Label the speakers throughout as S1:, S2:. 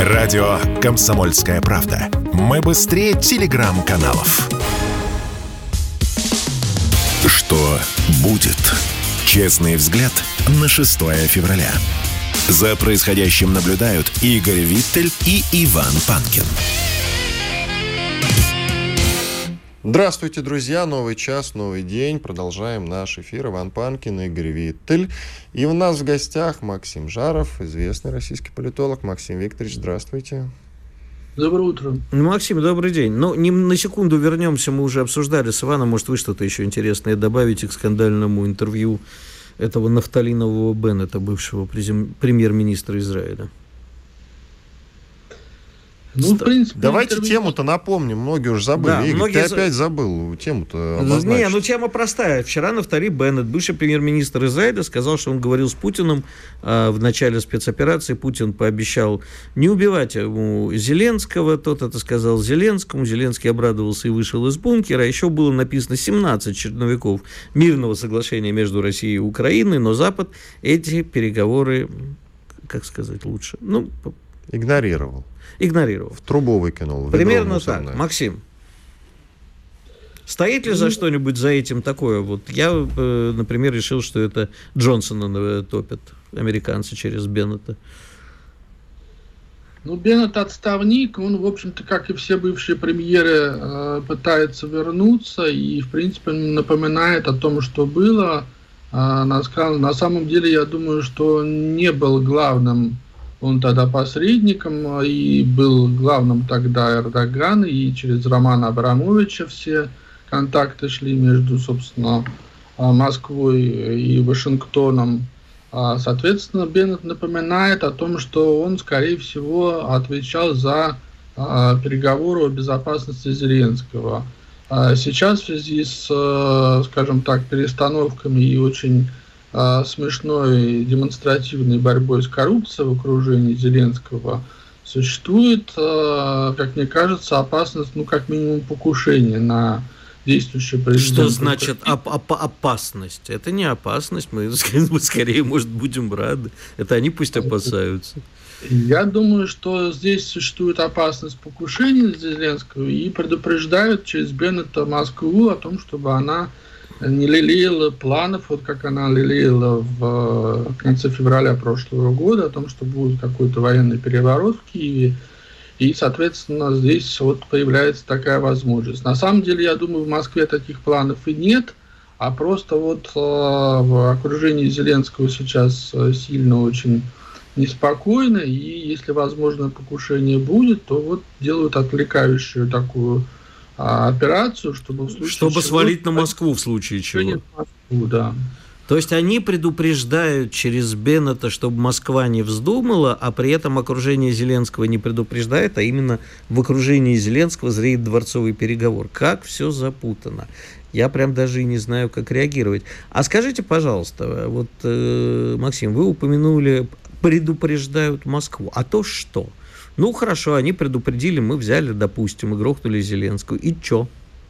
S1: Радио «Комсомольская правда». Мы быстрее телеграм-каналов. Что будет? Честный взгляд на 6 февраля. За происходящим наблюдают Игорь Виттель и Иван Панкин.
S2: Здравствуйте, друзья. Новый час, новый день. Продолжаем наш эфир. Иван Панкин, Игорь Виттель. И у нас в гостях Максим Жаров, известный российский политолог. Максим Викторович, здравствуйте.
S3: Доброе утро.
S4: Максим, добрый день. Ну, на секунду вернемся. Мы уже обсуждали с Иваном. Может, вы что-то еще интересное добавите к скандальному интервью этого нафталинового Беннета, бывшего премьер-министра Израиля?
S2: Ну, в принципе, давайте тему-то напомним. Многие уже забыли. Да, Игорь, ты опять забыл тему-то обозначить.
S4: Не, тема простая. Вчера Нафтали Беннет, бывший премьер-министр Израиля, сказал, что он говорил с Путиным в начале спецоперации. Путин пообещал не убивать ему Зеленского. Тот это сказал Зеленскому. Зеленский обрадовался и вышел из бункера. Еще было написано 17 черновиков мирного соглашения между Россией и Украиной, но Запад эти переговоры, как сказать лучше,
S2: игнорировал.
S4: В
S2: трубу выкинул.
S4: Примерно так. Максим, стоит ли за что-нибудь за этим такое? Вот я, например, решил, что это Джонсона топят американцы через Беннета.
S3: Беннет отставник, он, в общем-то, как и все бывшие премьеры, пытается вернуться и, в принципе, напоминает о том, что было. На самом деле, я думаю, что он не был главным. Он тогда посредником, и был главным тогда Эрдоган, и через Романа Абрамовича все контакты шли между, собственно, Москвой и Вашингтоном. Соответственно, Беннет напоминает о том, что он, скорее всего, отвечал за переговоры о безопасности Зеленского. Сейчас в связи с, скажем так, перестановками и очень смешной демонстративной борьбой с коррупцией в окружении Зеленского существует, как мне кажется, опасность, как минимум, покушения на действующего президента.
S4: Что значит опасность? Это не опасность, мы скорее, может, будем рады. Это они пусть опасаются.
S3: Я думаю, что здесь существует опасность покушения на Зеленского и предупреждают через Беннета Москву о том, чтобы она не лелеяла планов, вот как она лелеяла в конце февраля прошлого года, о том, что будет какой-то военный переворот в Киеве. И, соответственно, здесь вот появляется такая возможность. На самом деле, я думаю, в Москве таких планов и нет, а просто вот в окружении Зеленского сейчас сильно очень неспокойно, и если возможно покушение будет, то вот делают отвлекающую такую операцию, чтобы в случае
S4: чтобы свалить на Москву в случае чего.
S3: Москву, да.
S4: То есть они предупреждают через Беннета, чтобы Москва не вздумала, а при этом окружение Зеленского не предупреждает, а именно в окружении Зеленского зреет дворцовый переговор. Как все запутано. Я прям даже и не знаю, как реагировать. А скажите, пожалуйста, вот, Максим, вы упомянули, предупреждают Москву. А то что? Хорошо, они предупредили, мы взяли, допустим, и грохнули Зеленского. И чё?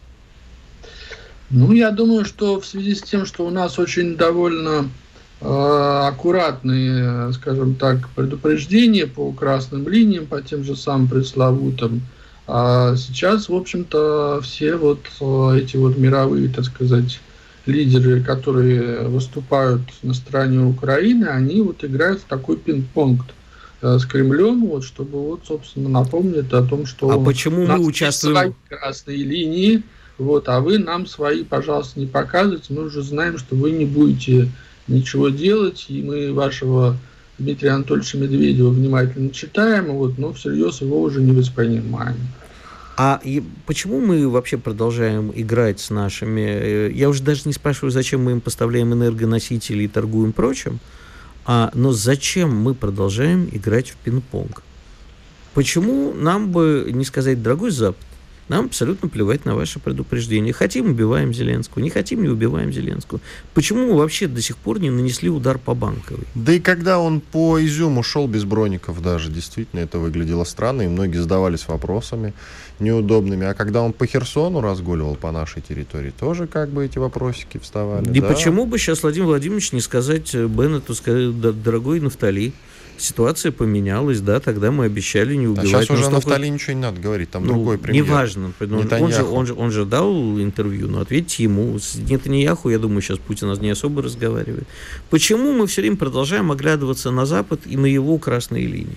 S3: Я думаю, что в связи с тем, что у нас очень довольно аккуратные, скажем так, предупреждения по красным линиям, по тем же самым пресловутым, сейчас, в общем-то, все вот эти вот мировые, так сказать, лидеры, которые выступают на стороне Украины, они вот играют в такой пинг-понг с Кремлем, вот, чтобы, вот, собственно, напомнить о том, что
S4: почему мы участвуем?
S3: Свои красные линии, вот, а вы нам свои, пожалуйста, не показывайте. Мы уже знаем, что вы не будете ничего делать, и мы вашего Дмитрия Анатольевича Медведева внимательно читаем, вот, но всерьез его уже не воспринимаем.
S4: Почему мы вообще продолжаем играть с нашими... Я уже даже не спрашиваю, зачем мы им поставляем энергоносители и торгуем прочим, но зачем мы продолжаем играть в пинг-понг? Почему нам бы не сказать, дорогой Запад, нам абсолютно плевать на ваше предупреждение. Хотим — убиваем Зеленского, не хотим — не убиваем Зеленского. Почему мы вообще до сих пор не нанесли удар по Банковой?
S2: Да и когда он по Изюму шел без броников даже, действительно, это выглядело странно, и многие задавались вопросами неудобными. А когда он по Херсону разгуливал по нашей территории, тоже как бы эти вопросики вставали.
S4: И почему бы сейчас Владимир Владимирович не сказать Беннету, сказать, дорогой Нафтали, ситуация поменялась, да, тогда мы обещали не убивать.
S2: А сейчас уже Нафтали ничего не надо говорить, там другой премьер.
S4: Неважно, он же дал интервью, но ответьте ему. С Нетаньяху, я думаю, сейчас Путин не особо разговаривает. Почему мы все время продолжаем оглядываться на Запад и на его красные линии?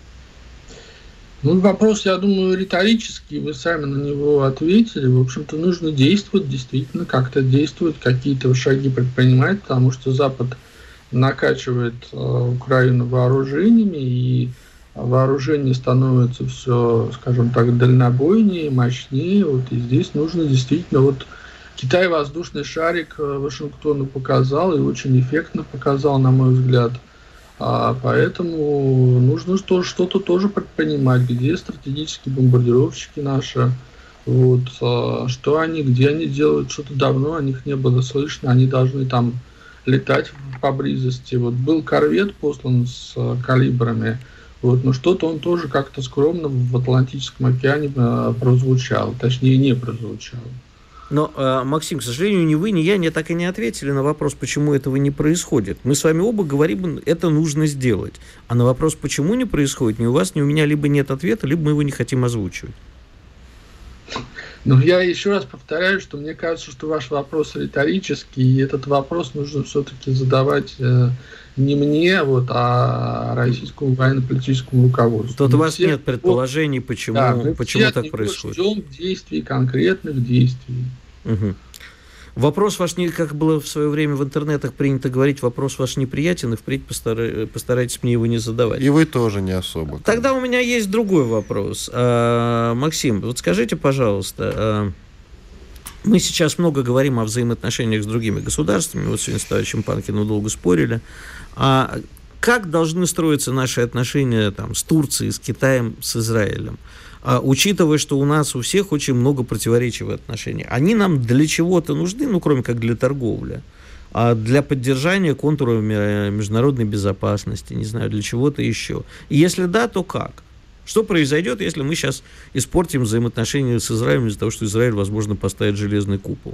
S3: Вопрос, я думаю, риторический, вы сами на него ответили. В общем-то, нужно действовать, действительно, как-то действовать, какие-то шаги предпринимать, потому что Запад накачивает Украину вооружениями, и вооружение становится все, скажем так, дальнобойнее, мощнее. И здесь нужно действительно... Китай воздушный шарик Вашингтону показал, и очень эффектно показал, на мой взгляд. Поэтому нужно что-то тоже предпринимать, где стратегические бомбардировщики наши, что они, где они делают, что-то давно о них не было слышно, они должны там летать поблизости. Был корвет послан с калибрами, но что-то он тоже как-то скромно в Атлантическом океане прозвучал, точнее не прозвучал.
S4: Но, Максим, к сожалению, ни вы, ни я так и не ответили на вопрос, почему этого не происходит. Мы с вами оба говорим, это нужно сделать. А на вопрос, почему не происходит, ни у вас, ни у меня либо нет ответа, либо мы его не хотим озвучивать.
S3: Я еще раз повторяю, что мне кажется, что ваш вопрос риторический, и этот вопрос нужно все-таки задавать не мне, а российскому военно-политическому руководству.
S4: Тут у вас нет предположений, почему так происходит.
S3: Мы ждем действий, конкретных действий.
S4: Угу. Вопрос ваш, как было в свое время в интернетах принято говорить, вопрос ваш неприятен, и впредь постарайтесь мне его не задавать.
S2: И вы тоже не особо.
S4: Тогда у меня есть другой вопрос. Максим, скажите, пожалуйста, мы сейчас много говорим о взаимоотношениях с другими государствами, сегодня с товарищем Панкиным долго спорили. Как должны строиться наши отношения с Турцией, с Китаем, с Израилем? Учитывая, что у нас у всех очень много противоречий в отношениях. Они нам для чего-то нужны, кроме как для торговли, а для поддержания контура международной безопасности, не знаю, для чего-то еще. И если да, то как? Что произойдет, если мы сейчас испортим взаимоотношения с Израилем из-за того, что Израиль, возможно, поставит железный купол?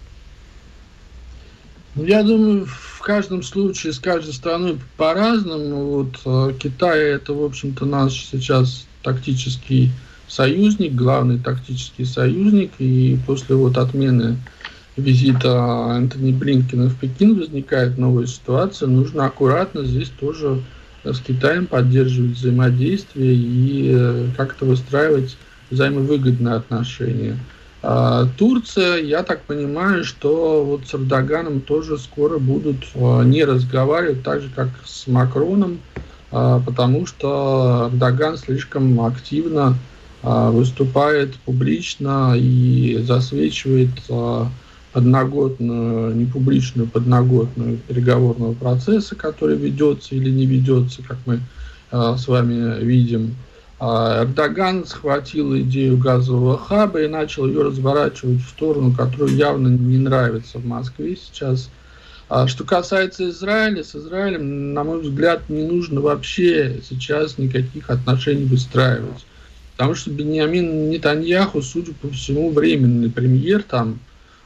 S3: Я думаю, в каждом случае, с каждой страной по-разному. Китай – это, в общем-то, наш сейчас тактический союзник, главный тактический союзник, и после отмены визита Антони Блинкена в Пекин возникает новая ситуация. Нужно аккуратно здесь тоже с Китаем поддерживать взаимодействие и как-то выстраивать взаимовыгодные отношения. Турция, я так понимаю, что с Эрдоганом тоже скоро будут не разговаривать, так же, как с Макроном, потому что Эрдоган слишком активно выступает публично и засвечивает подноготную, не публичную, подноготную переговорного процесса, который ведется или не ведется, как мы с вами видим. Эрдоган схватил идею газового хаба и начал ее разворачивать в сторону, которую явно не нравится в Москве сейчас. Что касается Израиля, с Израилем, на мой взгляд, не нужно вообще сейчас никаких отношений выстраивать. Потому что Биньямин Нетаньяху, судя по всему, временный премьер там,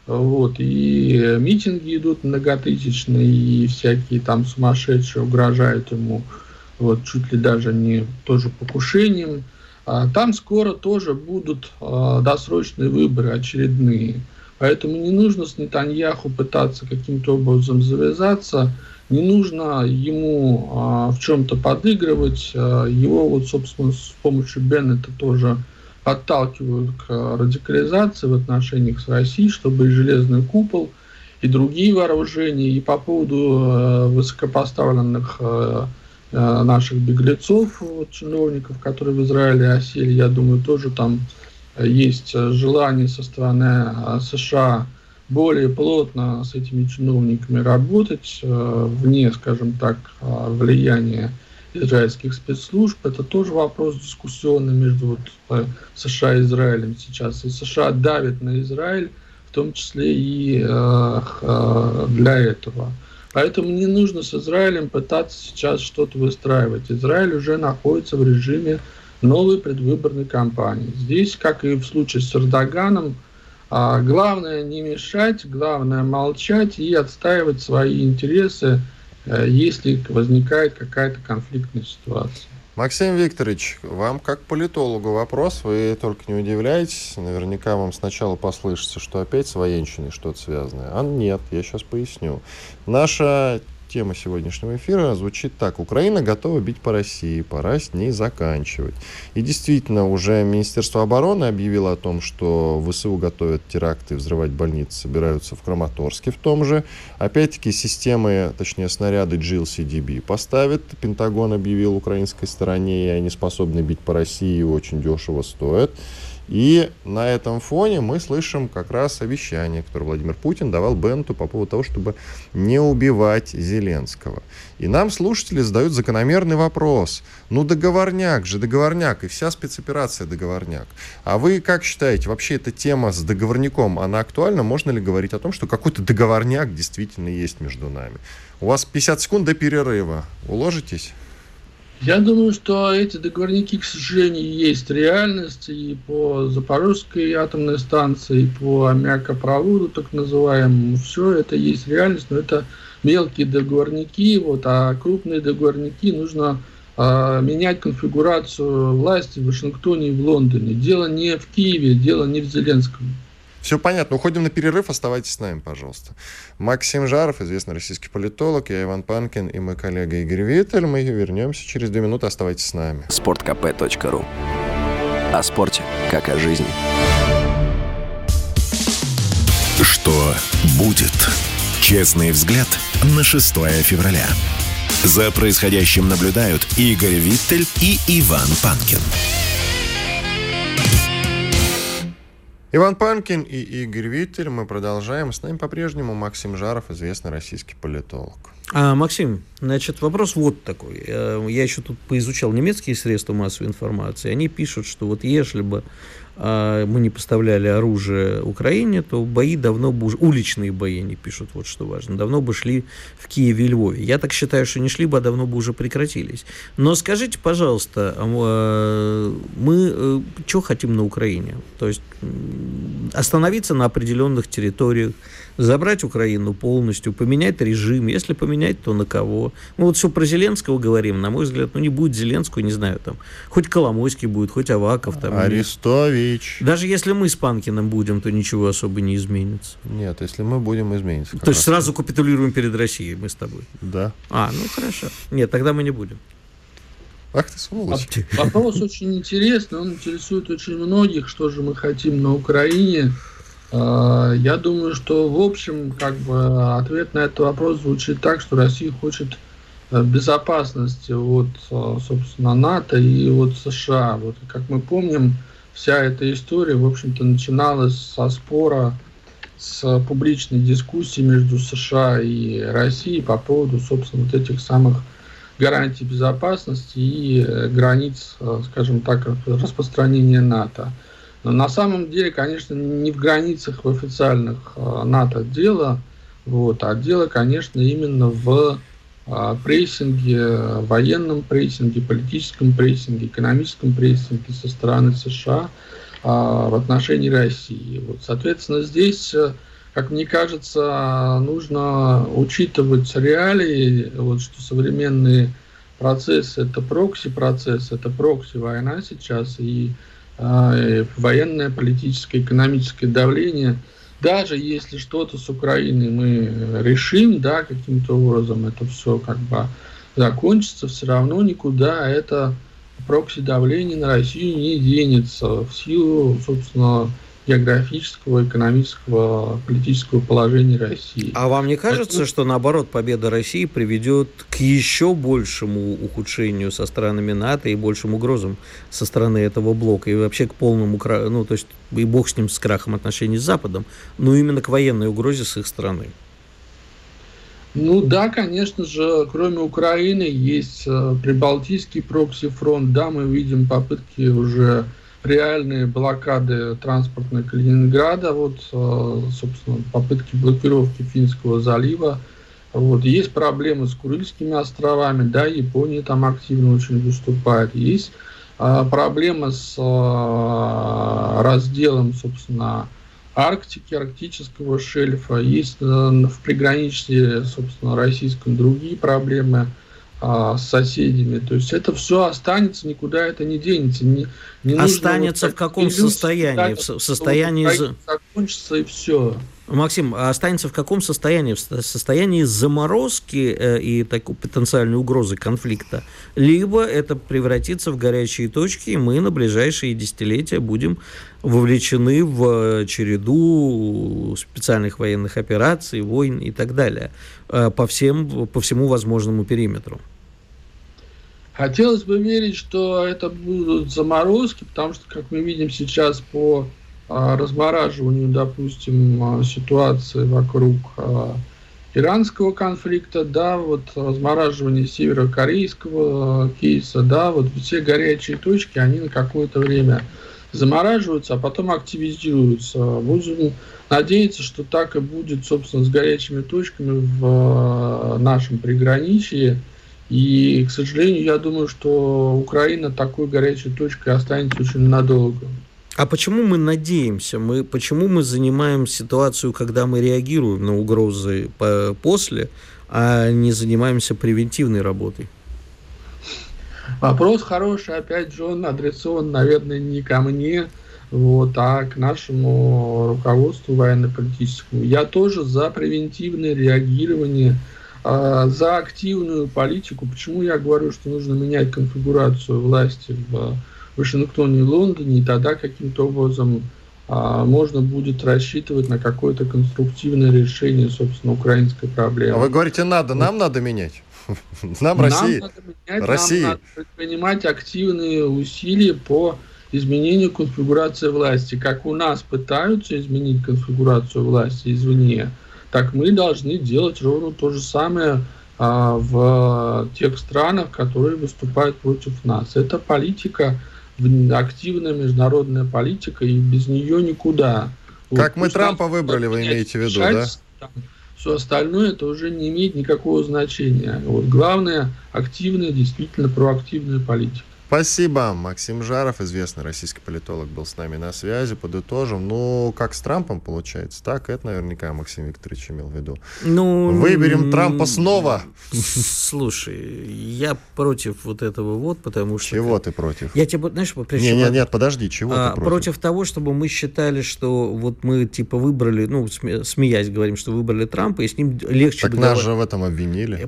S3: и митинги идут многотысячные, и всякие там сумасшедшие угрожают ему, чуть ли даже не тоже покушением. Там скоро тоже будут досрочные выборы очередные. Поэтому не нужно с Нетаньяху пытаться каким-то образом завязаться, не нужно ему в чем-то подыгрывать. Его, собственно, с помощью Беннета тоже подталкивают к радикализации в отношениях с Россией, чтобы и железный купол, и другие вооружения, и по поводу высокопоставленных наших беглецов, чиновников, которые в Израиле осели, я думаю, тоже там есть желание со стороны США более плотно с этими чиновниками работать, вне, скажем так, влияния израильских спецслужб. Это тоже вопрос дискуссионный между США и Израилем сейчас. И США давят на Израиль, в том числе и для этого. Поэтому не нужно с Израилем пытаться сейчас что-то выстраивать. Израиль уже находится в режиме новой предвыборной кампании. Здесь, как и в случае с Эрдоганом, главное не мешать, главное молчать и отстаивать свои интересы если возникает какая-то конфликтная ситуация.
S2: Максим Викторович, вам как политологу вопрос, вы только не удивляйтесь, наверняка вам сначала послышится, что опять с военщиной что-то связанное, а нет, я сейчас поясню. Наша тема сегодняшнего эфира звучит так: Украина готова бить по России, пора с ней заканчивать. И действительно, уже Министерство обороны объявило о том, что ВСУ готовят теракты, взрывать больницы собираются в Краматорске в том же. Опять-таки системы, точнее снаряды GLCDB поставят. Пентагон объявил украинской стороне, и они способны бить по России и очень дешево стоят. И на этом фоне мы слышим как раз обещание, которое Владимир Путин давал Беннету по поводу того, чтобы не убивать Зеленского. И нам слушатели задают закономерный вопрос. Ну, договорняк же, договорняк, и вся спецоперация договорняк. А вы как считаете, вообще эта тема с договорняком, она актуальна? Можно ли говорить о том, что какой-то договорняк действительно есть между нами? У вас 50 секунд до перерыва. Уложитесь?
S3: Я думаю, что эти договорники, к сожалению, есть реальность и по Запорожской атомной станции, и по аммиакопроводу, так называемому. Все это есть реальность, но это мелкие договорники, а крупные договорники нужно менять конфигурацию власти в Вашингтоне и в Лондоне. Дело не в Киеве, дело не в Зеленском.
S2: Все понятно. Уходим на перерыв. Оставайтесь с нами, пожалуйста. Максим Жаров, известный российский политолог, я Иван Панкин и мой коллега Игорь Виттель. Мы вернемся через 2 минуты. Оставайтесь с нами.
S5: sportkp.ru. О спорте, как о жизни.
S1: Что будет? Честный взгляд на 6 февраля. За происходящим наблюдают Игорь Виттель и Иван Панкин.
S2: Иван Панкин и Игорь Виттель. Мы продолжаем. С нами по-прежнему Максим Жаров, известный российский политолог.
S4: Максим, значит, вопрос вот такой. Я еще тут поизучал немецкие средства массовой информации. Они пишут, что вот если бы мы не поставляли оружие Украине, то бои давно бы уже, уличные бои, они пишут, вот что важно, давно бы шли в Киеве и Львове. Я так считаю, что не шли бы, а давно бы уже прекратились. Но скажите, пожалуйста, мы что хотим на Украине? То есть остановиться на определенных территориях, забрать Украину полностью, поменять режим. Если поменять, то на кого? Мы вот все про Зеленского говорим. На мой взгляд, не будет Зеленского, не знаю, там, хоть Коломойский будет, хоть Аваков. Там,
S2: Арестович.
S4: Даже если мы с Панкиным будем, то ничего особо не изменится.
S2: Нет, если мы будем, изменится.
S4: То есть сразу капитулируем перед Россией мы с тобой?
S2: Да.
S4: Хорошо. Нет, тогда мы не будем.
S2: Ах ты сволочь.
S3: Вопрос очень интересный, он интересует очень многих, что же мы хотим на Украине. Я думаю, что в общем ответ на этот вопрос звучит так, что Россия хочет безопасности от, собственно, НАТО и от США. Как мы помним, вся эта история, в общем-то, начиналась со спора, с публичной дискуссии между США и Россией по поводу, собственно, вот этих самых гарантий безопасности и границ, скажем так, распространения НАТО. Но на самом деле, конечно, не в границах в официальных НАТО дело, а дело, конечно, именно в прессинге, военном прессинге, политическом прессинге, экономическом прессинге со стороны США в отношении России. Соответственно, здесь, как мне кажется, нужно учитывать реалии, что современные процессы — это прокси-процесс, это прокси-война сейчас, и военное, политическое, экономическое давление. Даже если что-то с Украиной мы решим, каким-то образом это все закончится, все равно никуда это прокси-давление на Россию не денется в силу, собственно, географического, экономического, политического положения России.
S4: А вам не кажется, что наоборот победа России приведет к еще большему ухудшению со странами НАТО и большим угрозам со стороны этого блока и вообще к полному, то есть и бог с ним, с крахом отношений с Западом, но именно к военной угрозе с их стороны?
S3: Да, конечно же, кроме Украины есть Прибалтийский прокси-фронт, мы видим попытки уже реальные блокады транспортной Калининграда, собственно, попытки блокировки Финского залива. Есть проблемы с Курильскими островами, Япония там активно очень выступает. Есть проблема с разделом, собственно, Арктики, арктического шельфа. Есть в приграничье, собственно, российском другие проблемы с соседями. То есть это все останется, никуда это не денется. Не
S4: останется
S3: нужно
S4: в каком состоянии? В состоянии...
S3: Закончится и все.
S4: Максим, а останется в каком состоянии? В состоянии заморозки и такой потенциальной угрозы конфликта? Либо это превратится в горячие точки, и мы на ближайшие десятилетия будем вовлечены в череду специальных военных операций, войн и так далее по всему возможному периметру.
S3: Хотелось бы верить, что это будут заморозки, потому что, как мы видим сейчас по размораживанию, допустим, ситуации вокруг иранского конфликта, да, вот размораживание северокорейского кейса, да, вот все горячие точки, они на какое-то время замораживаются, а потом активизируются. Будем надеяться, что так и будет, собственно, с горячими точками в нашем приграничье. И, к сожалению, я думаю, что Украина такой горячей точкой останется очень надолго.
S4: А почему мы надеемся? Почему мы занимаем ситуацию, когда мы реагируем на угрозы после, а не занимаемся превентивной работой?
S3: Вопрос хороший, опять же, он адресован, наверное, не ко мне, а к нашему руководству военно-политическому. Я тоже за превентивное реагирование, за активную политику. Почему я говорю, что нужно менять конфигурацию власти в Вашингтоне и Лондоне, и тогда каким-то образом можно будет рассчитывать на какое-то конструктивное решение, собственно, украинской проблемы.
S2: А вы говорите, нам надо менять? Нам, России?
S3: Нам надо предпринимать активные усилия по изменению конфигурации власти. Как у нас пытаются изменить конфигурацию власти извне, так мы должны делать ровно то же самое в тех странах, которые выступают против нас. Это политика, активная международная политика, и без нее никуда.
S2: Как мы Трампа выбрали, вы имеете в виду, да?
S3: Все остальное это уже не имеет никакого значения. Главное, активная, действительно проактивная политика.
S2: Спасибо. Максим Жаров, известный российский политолог, был с нами на связи. Подытожим. Как с Трампом получается, так это наверняка Максим Викторович имел в виду. Выберем Трампа снова.
S4: Слушай, я против вот этого потому что...
S2: Чего ты против?
S4: Я тебе, знаешь,
S2: Нет, подожди, чего ты против?
S4: Против того, чтобы мы считали, что мы выбрали, смеясь говорим, что выбрали Трампа, и с ним легче
S2: договариваться. Так нас же в этом обвинили.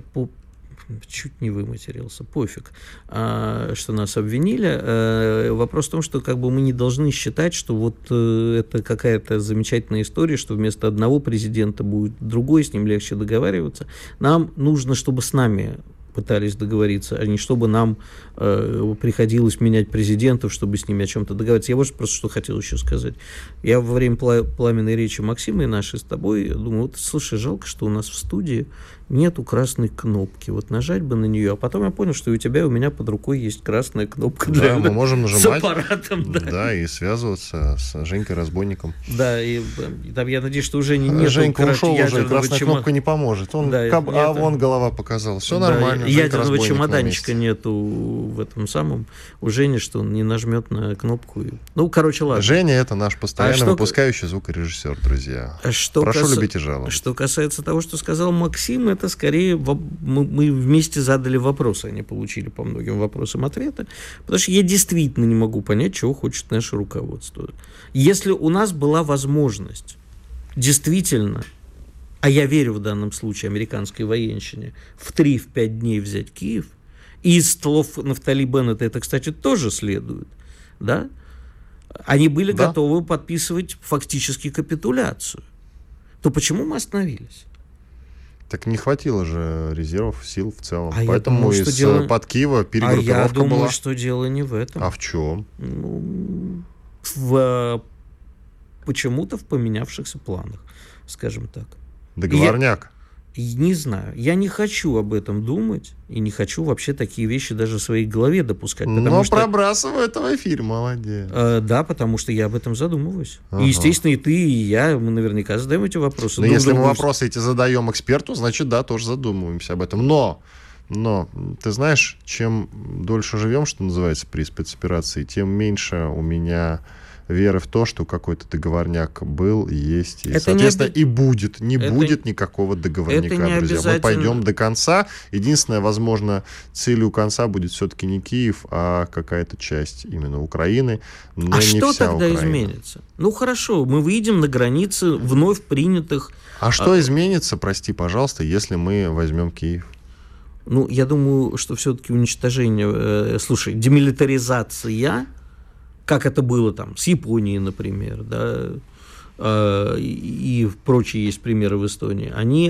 S4: Чуть не выматерился, пофиг, что нас обвинили. Вопрос в том, что мы не должны считать, что это какая-то замечательная история, что вместо одного президента будет другой, с ним легче договариваться. Нам нужно, чтобы с нами пытались договориться, а не чтобы нам приходилось менять президентов, чтобы с ними о чем-то договориться. Я вот просто что хотел еще сказать. Я во время пламенной речи Максима и нашей с тобой думаю, слушай, жалко, что у нас в студии нету красной кнопки. Нажать бы на нее. А потом я понял, что и у тебя, и у меня под рукой есть красная кнопка.
S2: Да, мы можем нажимать.
S4: С аппаратом.
S2: Да, и связываться с Женькой Разбойником.
S4: Да, и там я надеюсь, что уже нет.
S2: Женька ушел уже, красная кнопка не поможет. Вон голова показала. Все нормально.
S4: Ядерного чемоданчика нету в этом самом у Жени, что он не нажмет на кнопку. Ладно.
S2: Женя — это наш постоянно выпускающий звукорежиссер, друзья. Прошу любить и жаловать.
S4: Что касается того, что сказал Максим, это скорее мы вместе задали вопросы, они получили по многим вопросам ответы, потому что я действительно не могу понять, чего хочет наше руководство. Если у нас была возможность действительно, а я верю в данном случае американской военщине, в 3-5 дней взять Киев, и из слов Нафтали Беннета это, кстати, тоже следует, да? Они были готовы подписывать фактически капитуляцию. То почему мы остановились?
S2: Так не хватило же резервов, сил в целом. Поэтому под Киева перегруппировка была.
S4: Я думаю, что дело не в этом.
S2: А в чем?
S4: Почему-то в поменявшихся планах, скажем так.
S2: Договорняк.
S4: Не знаю. Я не хочу об этом думать и не хочу вообще такие вещи даже в своей голове допускать.
S2: Но пробрасываю это в эфир, молодец.
S4: Да, потому что я об этом задумываюсь. И, естественно, и ты, и я, мы наверняка задаем эти вопросы.
S2: Но если мы вопросы эти задаем эксперту, значит, да, тоже задумываемся об этом. Но, ты знаешь, чем дольше живем, что называется, при спецоперации, тем меньше у меня веры в то, что какой-то договорняк был, есть, и,
S4: это
S2: соответственно, и будет. Будет никакого договорняка,
S4: это
S2: друзья. Мы пойдем до конца. Единственное, возможно, целью конца будет все-таки не Киев, а какая-то часть именно Украины, но не
S4: что
S2: вся
S4: тогда
S2: Украина.
S4: изменится? Ну, хорошо, мы выйдем на границы вновь принятых...
S2: А что изменится, прости, пожалуйста, если мы возьмем Киев?
S4: Ну, я думаю, что все-таки уничтожение... демилитаризация, как это было там с Японией, например, да, и прочие есть примеры в Эстонии, они...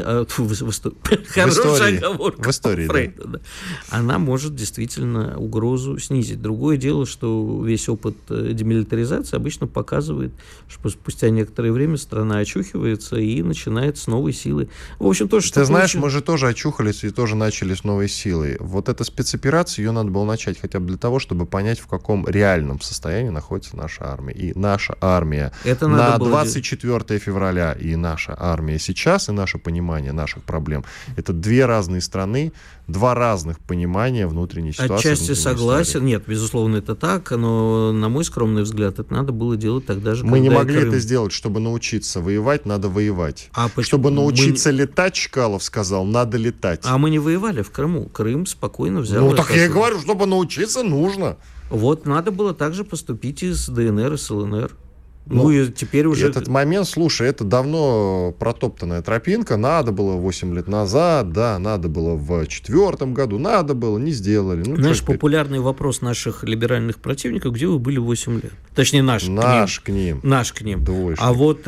S4: Хорошая оговорка
S2: в истории,
S4: Фрейда, да. Она может действительно угрозу снизить. Другое дело, что весь опыт демилитаризации обычно показывает, что спустя некоторое время страна очухивается и начинает с новой силой. В общем, то, что...
S2: Ты знаешь, мы же тоже очухались и тоже начали с новой силой. Вот эта спецоперация, ее надо было начать хотя бы для того, чтобы понять, в каком реальном состоянии находится наша армия. И наша армия
S4: это
S2: на 24 февраля и наша армия сейчас, и наше понимание наших проблем, это две разные страны, два разных понимания внутренней ситуации.
S4: Отчасти согласен. Нет, безусловно, это так, но, на мой скромный взгляд, это надо было делать тогда же,
S2: мы не могли это сделать. Чтобы научиться воевать, надо воевать. Чтобы научиться летать, Чкалов сказал, надо летать.
S4: А мы не воевали в Крыму. Крым спокойно взял.
S2: Ну, так я и говорю, чтобы научиться, нужно.
S4: Вот, надо было также поступить из ДНР и с ЛНР. Ну, и теперь уже...
S2: Этот момент, слушай, это давно протоптанная тропинка. Надо было 8 лет назад, да, надо было в 2004 году, надо было, не сделали. Ну,
S4: знаешь, популярный вопрос наших либеральных противников, где вы были 8 лет? Точнее, наш к ним. Наш к ним.
S2: Двоечник.
S4: А вот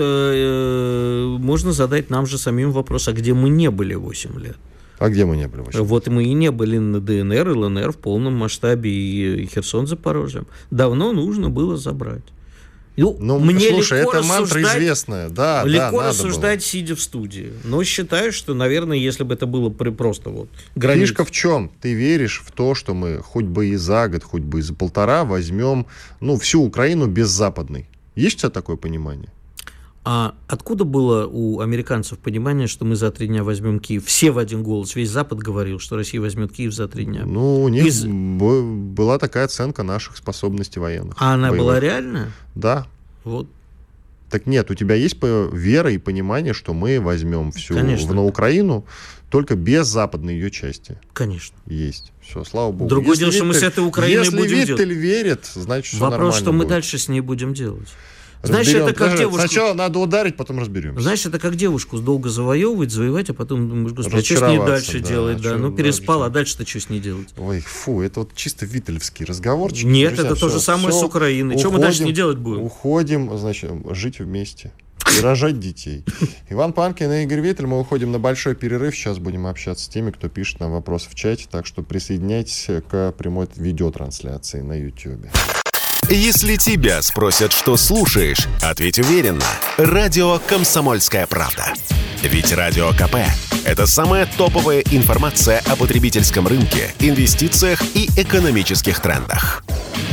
S4: можно задать нам же самим вопрос, а где мы не были 8 лет?
S2: А где мы не были?
S4: Вот мы и не были на ДНР и ЛНР в полном масштабе, и Херсон, Запорожье. Давно нужно было забрать. Ну, мне
S2: слушай,
S4: легко
S2: это мантра известная. Да,
S4: легко
S2: да,
S4: рассуждать,
S2: было.
S4: Сидя в студии. Но считаю, что, наверное, если бы это было просто вот граница.
S2: Фишка в чем? Ты веришь в то, что мы хоть бы и за год, хоть бы и за полтора возьмем всю Украину без западной. Есть у тебя такое понимание?
S4: А откуда было у американцев понимание, что мы за 3 дня возьмем Киев? Все в один голос. Весь Запад говорил, что Россия возьмет Киев за 3 дня.
S2: У них была такая оценка наших способностей военных.
S4: А она была реальная?
S2: Да.
S4: Вот.
S2: Так нет, у тебя есть вера и понимание, что мы возьмем всю на Украину, только без западной ее части.
S4: Конечно.
S2: Есть. Все, слава богу.
S4: Другое дело, что мы с этой Украиной будем делать.
S2: Если Виттель верит, значит, все нормально.
S4: Вопрос, что мы
S2: будет.
S4: дальше с ней будем делать. Знаешь, это как девушку...
S2: Сначала надо ударить, потом разберемся.
S4: Знаешь, это как девушку долго завоевать, а потом думаешь, господи, а что с ней дальше делать? Да? Переспал, а дальше-то что с ней делать?
S2: Ой, фу, это вот чисто виттельевский разговорчик.
S4: Нет, друзья, это то же самое с Украиной. Что мы дальше не делать будем?
S2: Уходим, значит, жить вместе и рожать детей. Иван Панкин и Игорь Виттель. Мы уходим на большой перерыв. Сейчас будем общаться с теми, кто пишет нам вопросы в чате. Так что присоединяйтесь к прямой видеотрансляции на YouTube.
S1: Если тебя спросят, что слушаешь, ответь уверенно. Радио «Комсомольская правда». Ведь Радио КП – это самая топовая информация о потребительском рынке, инвестициях и экономических трендах.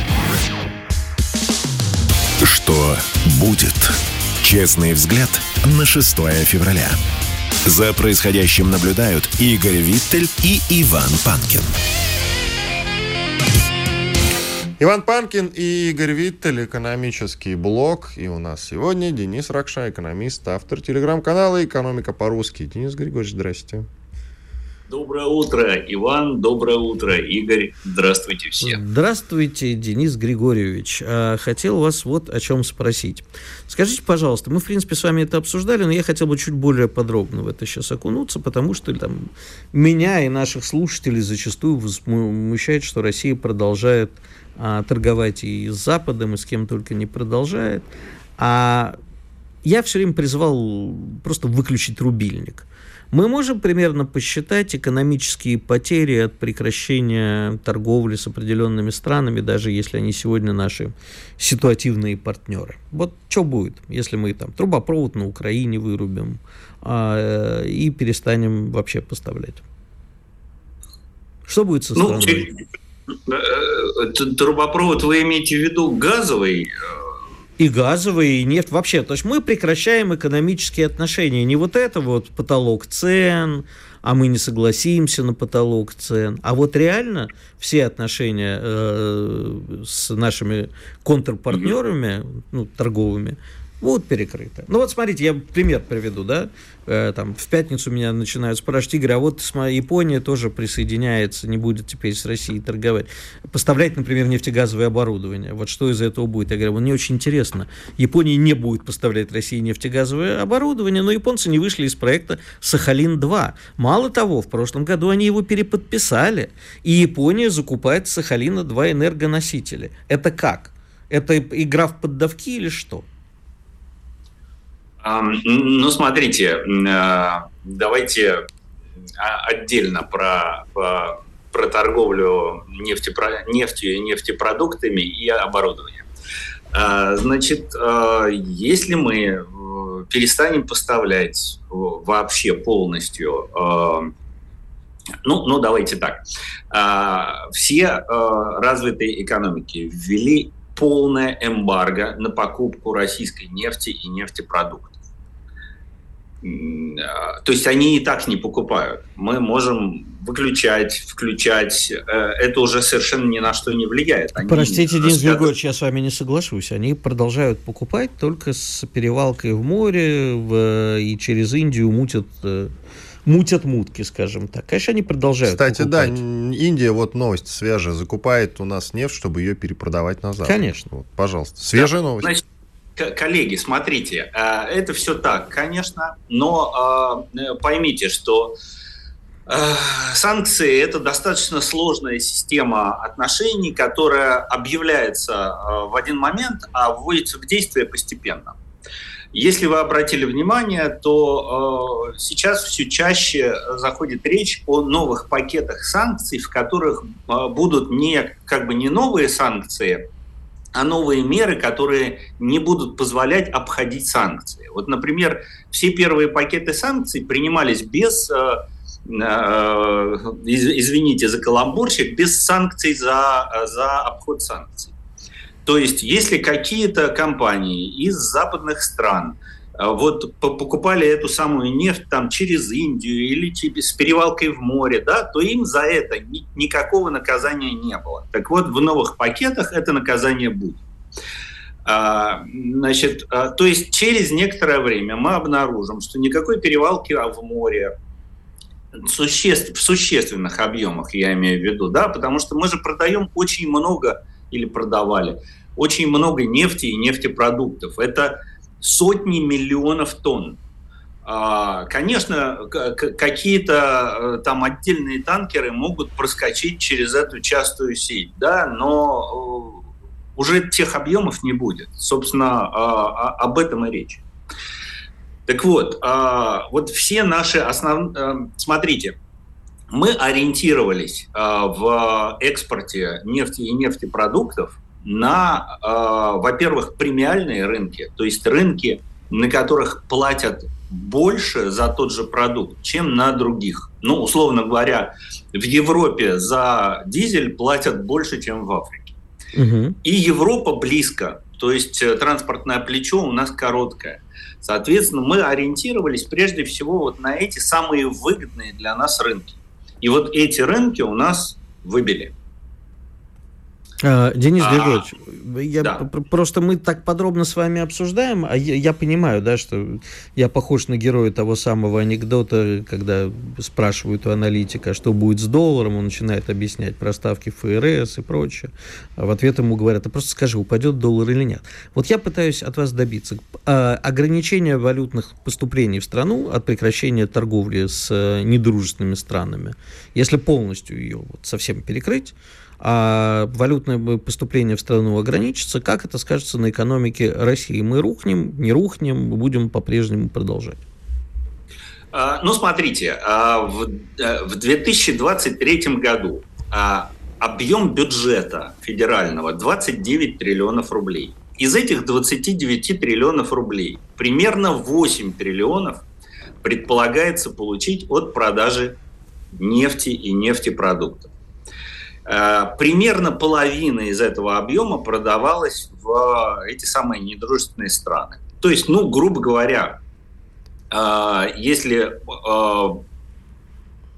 S1: Что будет? Честный взгляд на 6 февраля. За происходящим наблюдают Игорь Виттель и Иван Панкин.
S2: Иван Панкин и Игорь Виттель, экономический блог. И у нас сегодня Денис Ракша, экономист, автор телеграм-канала «Экономика по-русски». Денис Григорьевич, здрасте.
S6: Доброе утро, Иван. Доброе утро, Игорь. Здравствуйте все.
S4: Здравствуйте, Денис Григорьевич. Хотел вас вот о чем спросить. Скажите, пожалуйста, мы, в принципе, с вами это обсуждали, но я хотел бы чуть более подробно в это сейчас окунуться, потому что там меня и наших слушателей зачастую возмущает, что Россия продолжает торговать и с Западом, и с кем только не продолжает. А я все время призывал просто выключить рубильник. Мы можем примерно посчитать экономические потери от прекращения торговли с определенными странами, даже если они сегодня наши ситуативные партнеры. Вот что будет, если мы там трубопровод на Украине вырубим и перестанем вообще поставлять? Что будет со страной?
S6: Трубопровод вы имеете в виду газовый?
S4: И газовые, и нефть вообще. То есть мы прекращаем экономические отношения. Не вот это вот потолок цен, а мы не согласимся на потолок цен. А вот реально все отношения с нашими контрпартнерами, торговыми, будут перекрыты. Ну вот смотрите, я пример приведу, да, там в пятницу меня начинают спрашивать: Игорь, а вот Япония тоже присоединяется, не будет теперь с Россией торговать, поставлять, например, нефтегазовое оборудование. Вот что из этого будет? Я говорю, мне очень интересно. Япония не будет поставлять России нефтегазовое оборудование, но японцы не вышли из проекта Сахалин-2. Мало того, в прошлом году они его переподписали, и Япония закупает с Сахалина-2 энергоносители. Это как? Это игра в поддавки или что?
S6: Ну, смотрите, давайте отдельно про торговлю нефтью и нефтепродуктами и оборудованием. Значит, если мы перестанем поставлять вообще полностью, давайте так, все развитые экономики ввели полное эмбарго на покупку российской нефти и нефтепродуктов. То есть они и так не покупают. Мы можем выключать, включать. Это уже совершенно ни на что не влияет.
S4: Простите, Денис Григорьевич, я с вами не соглашусь. Они продолжают покупать только с перевалкой в море и через Индию мутят мутки, скажем так. Конечно, они продолжают
S2: покупать. Да, Индия, вот новость свежая, закупает у нас нефть, чтобы ее перепродавать на Запад.
S4: Конечно.
S2: Вот, пожалуйста, свежая новость.
S6: Значит, коллеги, смотрите, это все так, конечно, но поймите, что санкции – это достаточно сложная система отношений, которая объявляется в один момент, а вводится в действие постепенно. Если вы обратили внимание, то сейчас все чаще заходит речь о новых пакетах санкций, в которых будут не новые санкции, а новые меры, которые не будут позволять обходить санкции. Вот, например, все первые пакеты санкций принимались без, извините за каламбурчик, без санкций за обход санкций. То есть, если какие-то компании из западных стран вот покупали эту самую нефть там через Индию или с перевалкой в море, да, то им за это никакого наказания не было. Так вот, в новых пакетах это наказание будет. Значит, то есть через некоторое время мы обнаружим, что никакой перевалки в море в существенных объемах, я имею в виду, да, потому что мы же продаем очень много, или продавали, очень много нефти и нефтепродуктов. Это сотни миллионов тонн. Конечно, какие-то там отдельные танкеры могут проскочить через эту частую сеть, да, но уже тех объемов не будет. Собственно, об этом и речь. Так вот, вот все наши основные... Смотрите, мы ориентировались в экспорте нефти и нефтепродуктов на, во-первых, премиальные рынки, то есть рынки, на которых платят больше за тот же продукт, чем на других. Ну, условно говоря, в Европе за дизель платят больше, чем в Африке. Угу. И Европа близко, то есть транспортное плечо у нас короткое. Соответственно, мы ориентировались прежде всего вот на эти самые выгодные для нас рынки. И вот эти рынки у нас выбили.
S4: Денис Григорьевич, просто мы так подробно с вами обсуждаем, а я понимаю, да, что я похож на героя того самого анекдота, когда спрашивают у аналитика, что будет с долларом, он начинает объяснять про ставки ФРС и прочее, а в ответ ему говорят: а просто скажи, упадет доллар или нет. Вот я пытаюсь от вас добиться ограничения валютных поступлений в страну от прекращения торговли с недружественными странами. Если полностью ее вот совсем перекрыть, а валютное поступление в страну ограничится, как это скажется на экономике России? Мы рухнем, не рухнем, будем по-прежнему продолжать?
S6: Ну, смотрите, в 2023 году объем бюджета федерального 29 триллионов рублей. Из этих 29 триллионов рублей примерно 8 триллионов предполагается получить от продажи нефти и нефтепродуктов. Примерно половина из этого объема продавалась в эти самые недружественные страны. То есть, ну, грубо говоря, если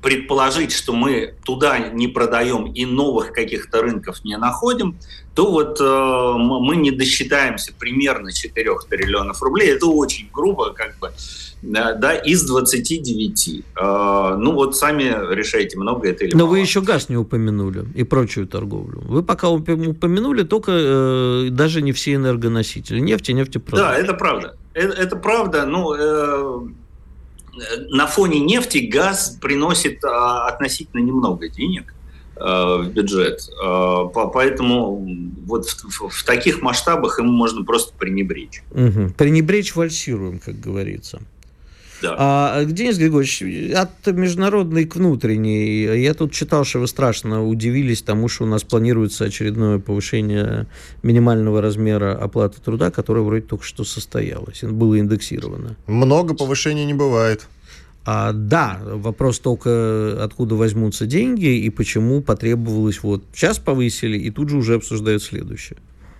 S6: предположить, что мы туда не продаем и новых каких-то рынков не находим, то вот мы не досчитаемся примерно 4 триллионов рублей. Это очень грубо, как бы, да, из 29. Ну вот сами решайте, много это или мало.
S4: Но вы еще газ не упомянули и прочую торговлю. Вы пока упомянули только даже не все энергоносители. Нефть и нефтепродукты.
S6: Да, это правда. Это правда. Ну, на фоне нефти газ приносит относительно немного денег в бюджет. Поэтому вот в таких масштабах им можно просто пренебречь.
S4: Угу. Пренебречь фальшируем, как говорится.
S6: Да.
S4: Денис Григорьевич, от международной к внутренней, я тут читал, что вы страшно удивились тому, что у нас планируется очередное повышение минимального размера оплаты труда, которое вроде только что состоялось, было индексировано.
S2: Много повышений не бывает.
S4: Да, вопрос только, откуда возьмутся деньги и почему потребовалось, вот сейчас повысили, и тут же уже обсуждают следующее.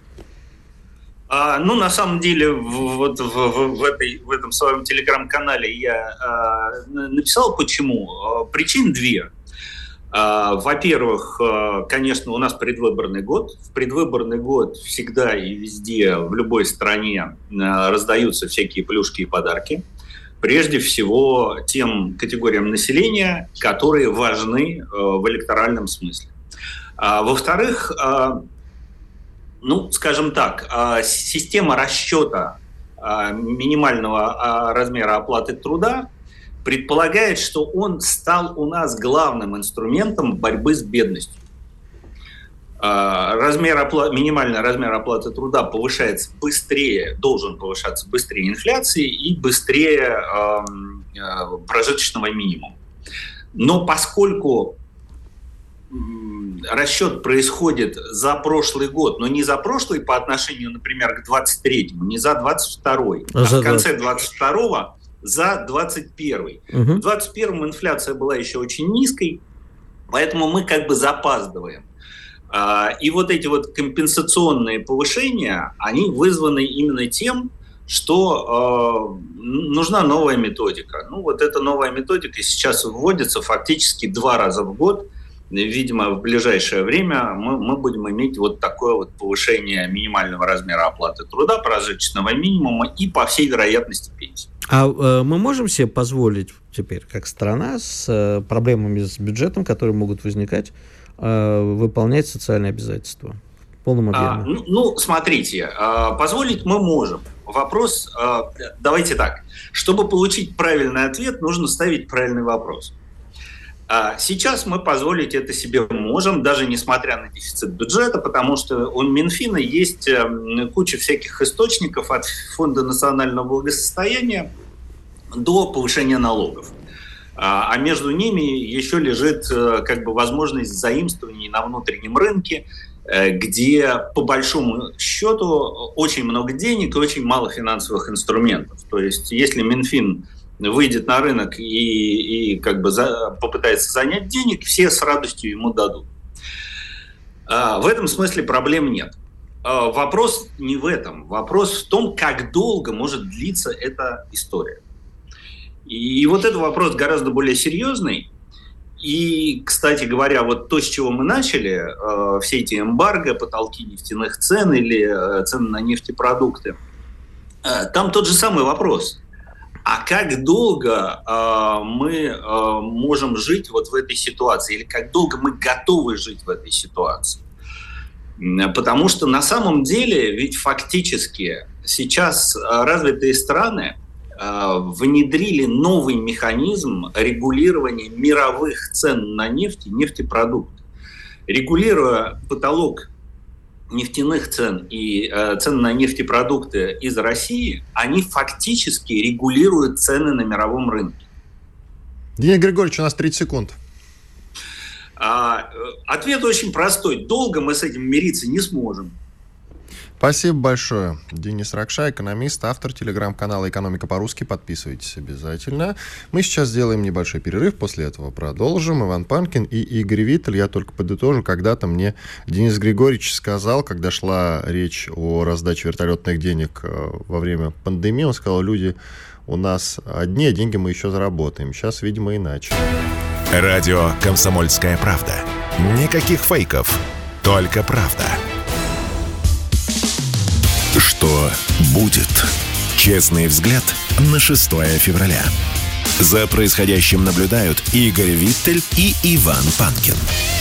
S6: Ну, на самом деле, вот в этом своем телеграм-канале я написал, почему. Причин 2. Во-первых, конечно, у нас предвыборный год. В предвыборный год всегда и везде, в любой стране раздаются всякие плюшки и подарки. Прежде всего, тем категориям населения, которые важны в электоральном смысле. Во-вторых, ну, скажем так, система расчета минимального размера оплаты труда предполагает, что он стал у нас главным инструментом борьбы с бедностью. Минимальный размер оплаты труда повышается быстрее, должен повышаться быстрее инфляции и быстрее прожиточного минимума. Но поскольку расчет происходит за прошлый год, но не за прошлый по отношению, например, к 23-му, не за 22-й, а в конце 22-го за 21-й. В 21-м инфляция была еще очень низкой, поэтому мы как бы запаздываем. И вот эти вот компенсационные повышения, они вызваны именно тем, что нужна новая методика. Ну вот эта новая методика сейчас вводится фактически 2 раза в год. Видимо, в ближайшее время мы будем иметь вот такое вот повышение минимального размера оплаты труда, прожиточного минимума и, по всей вероятности, пенсии.
S4: А мы можем себе позволить теперь, как страна, с проблемами с бюджетом, которые могут возникать, выполнять социальные обязательства в полном объеме?
S6: Ну, смотрите, позволить мы можем. Вопрос, давайте так, чтобы получить правильный ответ, нужно ставить правильный вопрос. Сейчас мы позволить это себе можем, даже несмотря на дефицит бюджета, потому что у Минфина есть куча всяких источников от Фонда национального благосостояния до повышения налогов. А между ними еще лежит как бы возможность заимствований на внутреннем рынке, где по большому счету очень много денег и очень мало финансовых инструментов. То есть если Минфин выйдет на рынок и как бы попытается занять денег, все с радостью ему дадут. В этом смысле проблем нет. Вопрос не в этом. Вопрос в том, как долго может длиться эта история. И вот этот вопрос гораздо более серьезный. И, кстати говоря, вот то, с чего мы начали, все эти эмбарго, потолки нефтяных цен или цены на нефтепродукты, там тот же самый вопрос. А как долго мы можем жить вот в этой ситуации? Или как долго мы готовы жить в этой ситуации? Потому что на самом деле ведь фактически сейчас развитые страны внедрили новый механизм регулирования мировых цен на нефть и нефтепродукты. Регулируя потолок нефтяных цен и цены на нефтепродукты из России, они фактически регулируют цены на мировом рынке.
S2: Денис Григорьевич, у нас 30 секунд.
S6: Ответ очень простой. Долго мы с этим мириться не сможем.
S2: Спасибо большое. Денис Ракша, экономист, автор телеграм-канала «Экономика по-русски». Подписывайтесь обязательно. Мы сейчас сделаем небольшой перерыв, после этого продолжим. Иван Панкин и Игорь Виттель. Я только подытожу, когда-то мне Денис Григорьевич сказал, когда шла речь о раздаче вертолетных денег во время пандемии, он сказал, люди у нас одни, а деньги мы еще заработаем. Сейчас, видимо, иначе.
S1: Радио «Комсомольская правда». Никаких фейков, только правда. Что будет? Честный взгляд на 6 февраля. За происходящим наблюдают Игорь Виттель и Иван Панкин.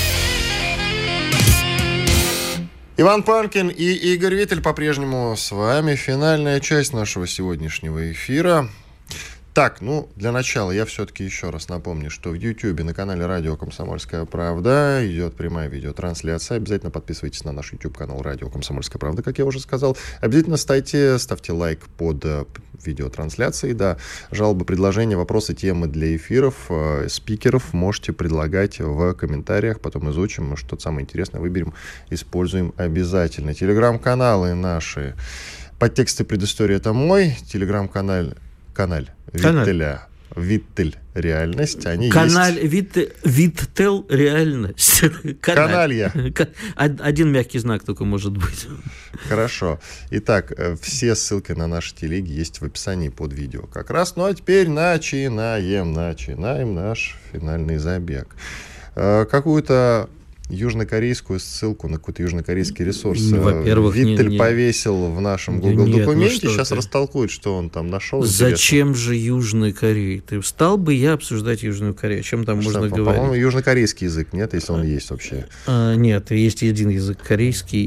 S2: Иван Панкин и Игорь Виттель по-прежнему с вами. Финальная часть нашего сегодняшнего эфира. Так, для начала я все-таки еще раз напомню, что в YouTube на канале «Радио Комсомольская правда» идет прямая видеотрансляция. Обязательно подписывайтесь на наш YouTube-канал «Радио Комсомольская правда», как я уже сказал. Обязательно ставьте лайк под видеотрансляцией. Да, жалобы, предложения, вопросы, темы для эфиров, спикеров можете предлагать в комментариях. Потом изучим, может, что-то самое интересное выберем, используем обязательно. Телеграм-каналы наши. Подтексты предыстории — это мой. Телеграм-канал Виттеля. Виттель реальность. Они есть.
S4: Виттел реальность.
S2: Каналья.
S4: Один мягкий знак только может быть.
S2: Хорошо. Итак, все ссылки на наши телеги есть в описании под видео. Как раз. А теперь начинаем наш финальный забег. Какую-то южнокорейскую ссылку на какой-то южнокорейский ресурс Виттель повесил в нашем Google документе. Сейчас растолкует, что он там нашел.
S4: Зачем же Южной Корее? Стал бы я обсуждать Южную Корею? О чем там можно говорить?
S2: По-моему, южнокорейский язык, нет, если он есть вообще?
S4: Нет, есть один язык корейский.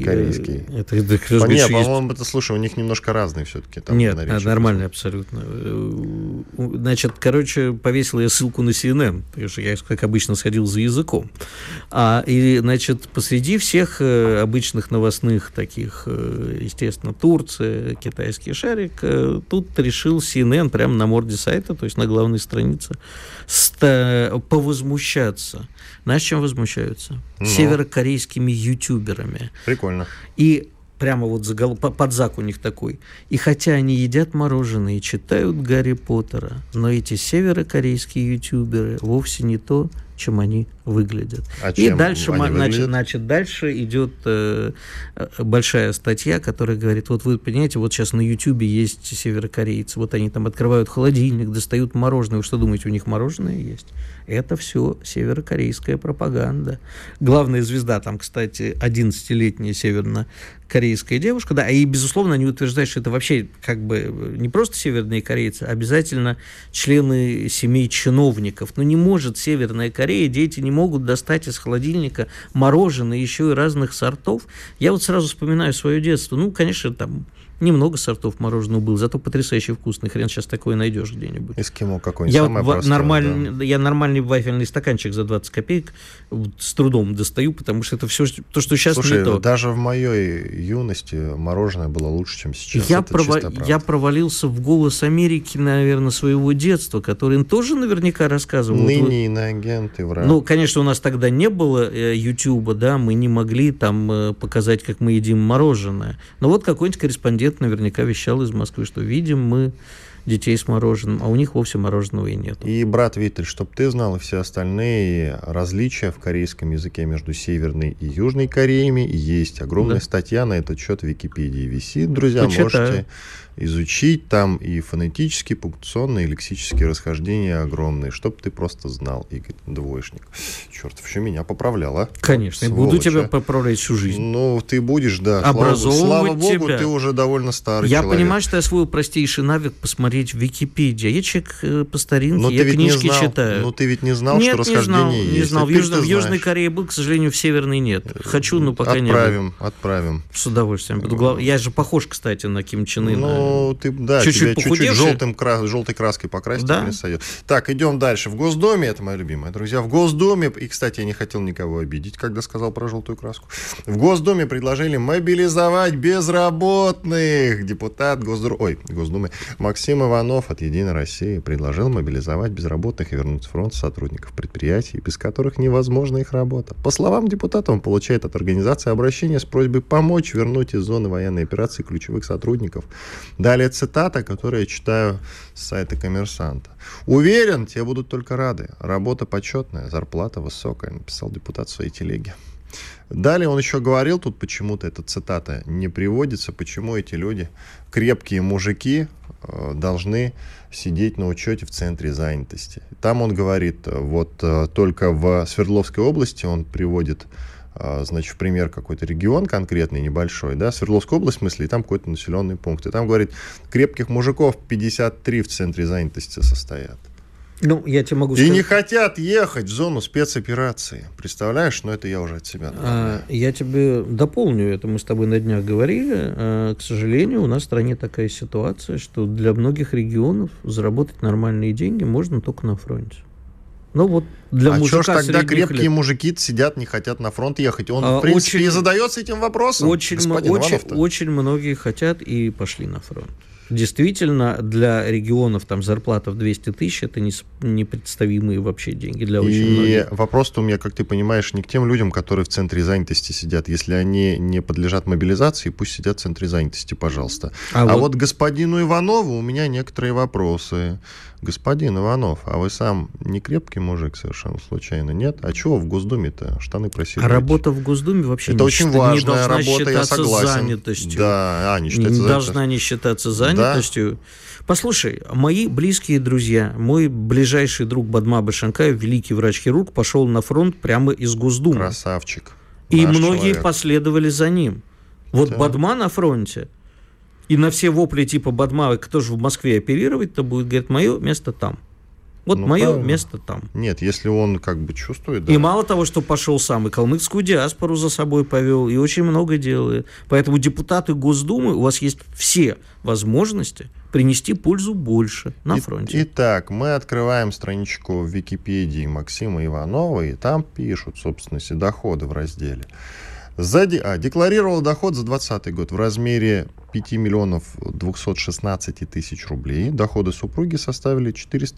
S2: По-моему, слушай, у них немножко разные все-таки.
S4: Нет, нормально абсолютно. Значит, повесил я ссылку на CNN, потому что я, как обычно, сходил за языком. Значит, посреди всех обычных новостных таких, естественно, Турция, китайский шарик, тут решил CNN прямо на морде сайта, то есть на главной странице, повозмущаться. Знаешь, чем возмущаются? Северокорейскими ютуберами.
S2: Прикольно.
S4: И прямо подзак у них такой. И хотя они едят мороженое и читают Гарри Поттера, но эти северокорейские ютуберы вовсе не то, чем они выглядят. И дальше, дальше идет большая статья, которая говорит, вот вы понимаете, вот сейчас на Ютубе есть северокорейцы, вот они там открывают холодильник, достают мороженое. Вы что думаете, у них мороженое есть? Это все северокорейская пропаганда. Главная звезда там, кстати, 11-летняя севернокорейская девушка, да, и, безусловно, они утверждают, что это вообще как бы не просто северные корейцы, а обязательно члены семей чиновников. Но не может Северная Корея, дети не могут достать из холодильника мороженое еще и разных сортов. Я вот сразу вспоминаю свое детство. Конечно, там немного сортов мороженого было, зато потрясающе вкусный. Хрен сейчас такое найдешь где-нибудь.
S2: Эскимо какой-нибудь.
S4: Я нормальный вафельный стаканчик за 20 копеек с трудом достаю, потому что это все то, что сейчас не то.
S2: Даже в моей юности мороженое было лучше, чем сейчас.
S4: Я провалился в «Голос Америки», наверное, своего детства, который им тоже наверняка рассказывал.
S2: Ныне иноагент и враг.
S4: Конечно, у нас тогда не было Ютуба, да, мы не могли там показать, как мы едим мороженое. Но вот какой-нибудь корреспондент наверняка вещал из Москвы, что видим мы детей с мороженым, а у них вовсе мороженого и нет.
S2: И, брат Виттель, чтобы ты знал, и все остальные различия в корейском языке между Северной и Южной Кореями есть. Огромная статья на этот счет в Википедии висит. Друзья, можете изучить. Там и фонетические, пунктуационные, и лексические расхождения огромные. Чтоб ты просто знал, Игорь, двоечник. Черт, еще меня поправлял, а?
S4: Конечно, я буду тебя поправлять всю жизнь.
S2: Ты будешь, да.
S4: Образовывать
S2: слава богу,
S4: тебя.
S2: Ты уже довольно старый человек.
S4: Я понимаю, что я свой простейший навык посмотреть в Википедии. Я человек по старинке, я книжки читаю.
S2: Но ты ведь не знал, что расхождение есть.
S4: Не знал. В Южной Корее был, к сожалению, в Северной нет. Хочу, но пока не был.
S2: Отправим.
S4: С удовольствием. Я же похож, кстати, на Ким Чен Ына.
S2: Ты, да, чуть-чуть желтой краской покрасить, да? Сойдет. Так, идем дальше. В Госдуме, это моя любимая, друзья, в Госдуме, и, кстати, я не хотел никого обидеть, когда сказал про желтую краску, в Госдуме предложили мобилизовать безработных. Депутат Госдумы Максим Иванов от «Единой России» предложил мобилизовать безработных и вернуть в фронт сотрудников предприятий, без которых невозможна их работа. По словам депутата, он получает от организации обращение с просьбой помочь вернуть из зоны военной операции ключевых сотрудников. Далее цитата, которую я читаю с сайта «Коммерсанта». «Уверен, те будут только рады. Работа почетная, зарплата высокая», написал депутат в своей телеге. Далее он еще говорил, тут почему-то эта цитата не приводится, почему эти люди, крепкие мужики, должны сидеть на учете в центре занятости. Там он говорит, вот только в Свердловской области он приводит, значит, в пример какой-то регион конкретный, небольшой, да, Свердловская область, в смысле, и там какой-то населенный пункт. И там, говорит, крепких мужиков 53 в центре занятости состоят.
S4: Ну, я тебе могу сказать...
S2: И не хотят ехать в зону спецоперации. Представляешь? Но это я уже от себя добавляю.
S4: Я тебе дополню это. Мы с тобой на днях говорили. К сожалению, у нас в стране такая ситуация, что для многих регионов заработать нормальные деньги можно только на фронте. Ну вот для мужика
S2: что ж тогда крепкие
S4: лет...
S2: мужики сидят, не хотят на фронт ехать? Он, в принципе, и задается этим вопросом.
S4: Очень многие хотят и пошли на фронт. Действительно, для регионов там зарплата в 200 тысяч – это непредставимые вообще деньги для очень многих.
S2: И вопрос-то у меня, как ты понимаешь, не к тем людям, которые в центре занятости сидят. Если они не подлежат мобилизации, пусть сидят в центре занятости, пожалуйста. А вот господину Иванову у меня некоторые вопросы. Господин Иванов, а вы сам не крепкий мужик совершенно случайно, нет? А чего в Госдуме-то штаны просили?
S4: А работа в Госдуме вообще
S2: это очень важная работа, я согласен.
S4: Занятостью.
S2: Да, не
S4: должна не считаться занятостью. Да. Послушай, мои близкие друзья, мой ближайший друг Бадма Башанкаев, великий врач-хирург, пошел на фронт прямо из Госдумы.
S2: Красавчик.
S4: И многие последовали за ним. Вот да. Бадма на фронте. И на все вопли типа Бадмавы, кто же в Москве оперировать-то будет, говорит, мое место там. Вот мое правильно. Место там.
S2: Нет, если он как бы чувствует... Да.
S4: И мало того, что пошел сам, и калмыцкую диаспору за собой повел, и очень много делает. Поэтому депутаты Госдумы, у вас есть все возможности принести пользу больше на фронте.
S2: Итак, мы открываем страничку в Википедии Максима Иванова, и там пишут, собственно, доходы в разделе. Декларировал доход за 2020 год в размере 5 миллионов 216 тысяч рублей. Доходы супруги составили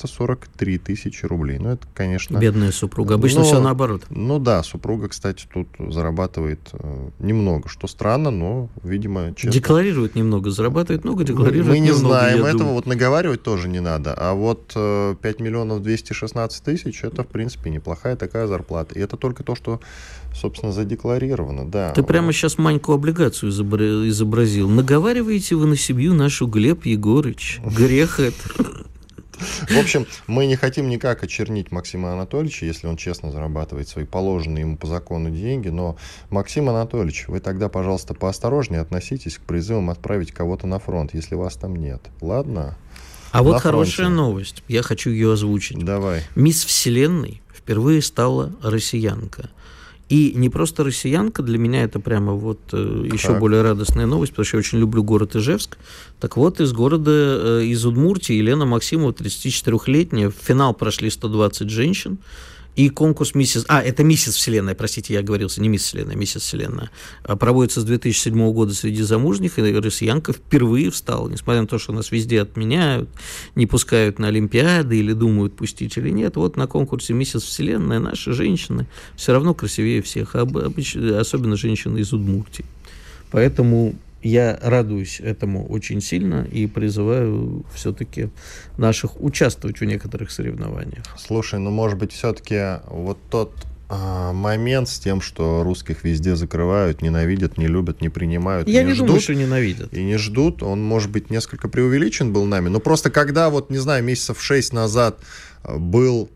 S2: 443 тысячи рублей. Ну, это, конечно...
S4: Бедная супруга. Обычно все наоборот.
S2: Ну да, супруга, кстати, тут зарабатывает немного, что странно, но, видимо... Честно...
S4: Декларирует немного, зарабатывает много, декларирует немного.
S2: Мы не знаем этого, вот наговаривать тоже не надо. А вот 5 миллионов 216 тысяч, это, в принципе, неплохая такая зарплата. И это только то, что, собственно, задекларировано. Да.
S4: Ты прямо сейчас Маньку облигацию изобразил. Наговариваете вы на семью нашу, Глеб Егорыч. Грех это.
S2: В общем, мы не хотим никак очернить Максима Анатольевича, если он честно зарабатывает свои положенные ему по закону деньги. Но, Максим Анатольевич, вы тогда, пожалуйста, поосторожнее относитесь к призывам отправить кого-то на фронт, если вас там нет. Ладно?
S4: А вот хорошая новость. Я хочу ее озвучить.
S2: Давай.
S4: Мисс Вселенной впервые стала россиянка. И не просто россиянка, для меня это прямо вот еще более радостная новость, потому что я очень люблю город Ижевск. Так вот, из города, из Удмуртии Елена Максимова, 34-летняя, в финал прошли 120 женщин. И конкурс «Миссис...» это «Миссис Вселенная», простите, я оговорился, не «Мисс Вселенная», «Миссис Вселенная». Проводится с 2007 года среди замужних, и россиянка впервые встала, несмотря на то, что нас везде отменяют, не пускают на Олимпиады или думают, пустить или нет. Вот на конкурсе «Миссис Вселенная» наши женщины все равно красивее всех, особенно женщины из Удмуртии. Поэтому... Я радуюсь этому очень сильно и призываю все-таки наших участвовать в некоторых соревнованиях.
S2: Слушай, может быть, все-таки вот тот момент с тем, что русских везде закрывают, ненавидят, не любят, не принимают,
S4: я не думаю, что ненавидят.
S2: И не ждут, он, может быть, несколько преувеличен был нами. Но просто когда, вот, не знаю, месяцев 6 назад был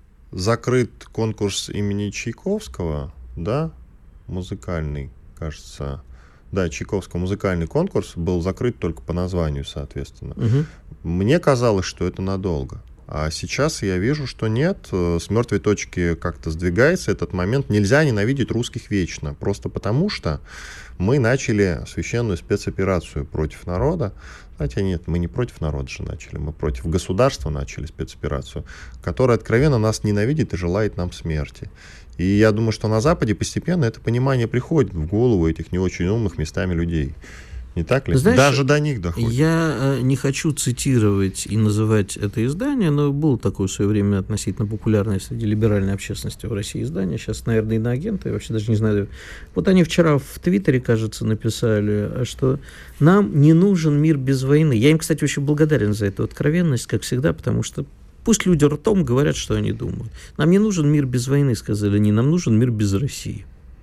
S2: закрыт конкурс имени Чайковского, да, музыкальный, кажется... Да, Чайковский музыкальный конкурс был закрыт только по названию, соответственно. Угу. Мне казалось, что это надолго. А сейчас я вижу, что нет. С мертвой точки как-то сдвигается этот момент. Нельзя ненавидеть русских вечно. Просто потому, что мы начали священную спецоперацию против народа. Хотя нет, мы не против народа же начали. Мы против государства начали спецоперацию, которая откровенно нас ненавидит и желает нам смерти. И я думаю, что на Западе постепенно это понимание приходит в голову этих не очень умных местами людей. Не так ли?
S4: Знаешь,
S2: даже до них доходит.
S4: Я не хочу цитировать и называть это издание, но было такое в свое время относительно популярное среди либеральной общественности в России издание. Сейчас, наверное, иноагенты, я вообще даже не знаю. Вот они вчера в Твиттере, кажется, написали, что нам не нужен мир без войны. Я им, кстати, очень благодарен за эту откровенность, как всегда, потому что пусть люди ртом говорят, что они думают. Нам не нужен мир без войны, сказали они, нам нужен мир без России.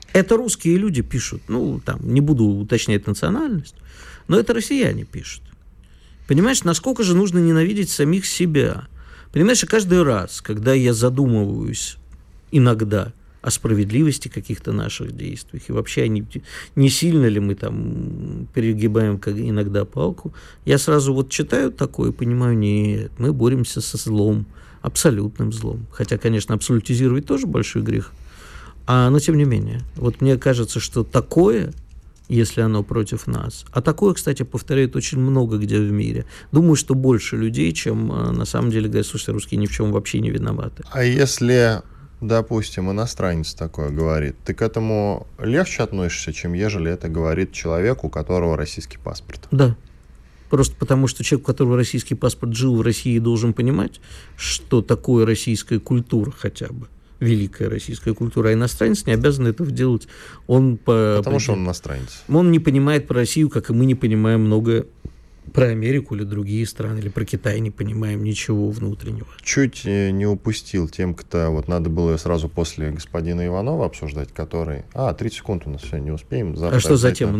S4: Это русские люди пишут. Не буду уточнять национальность, но это россияне пишут. Понимаешь, насколько же нужно ненавидеть самих себя? Понимаешь, каждый раз, когда я задумываюсь иногда о справедливости каких-то наших действий, и вообще не сильно ли мы там перегибаем иногда палку, я сразу читаю такое и понимаю, нет, мы боремся со злом, абсолютным злом. Хотя, конечно, абсолютизировать тоже большой грех. Но тем не менее, мне кажется, что такое, если оно против нас, а такое, кстати, повторяют очень много где в мире. Думаю, что больше людей, чем на самом деле говорят, слушайте, русские ни в чем вообще не виноваты.
S2: А если, допустим, иностранец такое говорит, ты к этому легче относишься, чем ежели это говорит человек, у которого российский паспорт?
S4: Да. Просто потому, что человек, у которого российский паспорт, жил в России, должен понимать, что такое российская культура хотя бы. Великая российская культура, а иностранец не обязан этого делать.
S2: Потому что он иностранец.
S4: Он не понимает про Россию, как и мы не понимаем многое про Америку или другие страны, или про Китай не понимаем ничего внутреннего.
S2: Чуть не упустил тем, кто... надо было сразу после господина Иванова обсуждать, который... 30 секунд у нас все, не успеем.
S4: Завтра что за тема?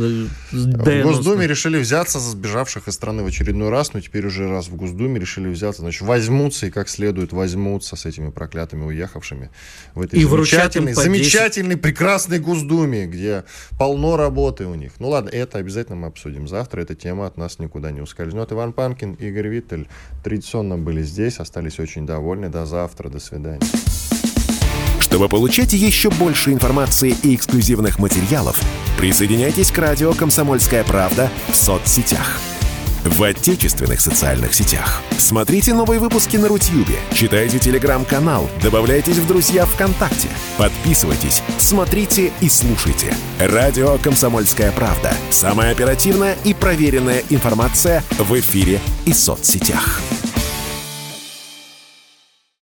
S2: В Госдуме решили взяться за сбежавших из страны в очередной раз, но теперь уже раз в Госдуме решили взяться, значит, возьмутся и как следует возьмутся с этими проклятыми уехавшими в этой замечательной, прекрасной Госдуме, где полно работы у них. Ладно, это обязательно мы обсудим завтра. Эта тема от нас никуда не ускользнет. Иван Панкин, Игорь Виттель традиционно были здесь, остались очень довольны. До завтра, до свидания.
S1: Чтобы получать еще больше информации и эксклюзивных материалов, присоединяйтесь к радио «Комсомольская правда» в соцсетях. В отечественных социальных сетях. Смотрите новые выпуски на Рутьюбе, читайте телеграм-канал, добавляйтесь в друзья ВКонтакте, подписывайтесь, смотрите и слушайте. Радио «Комсомольская правда». Самая оперативная и проверенная информация в эфире и соцсетях.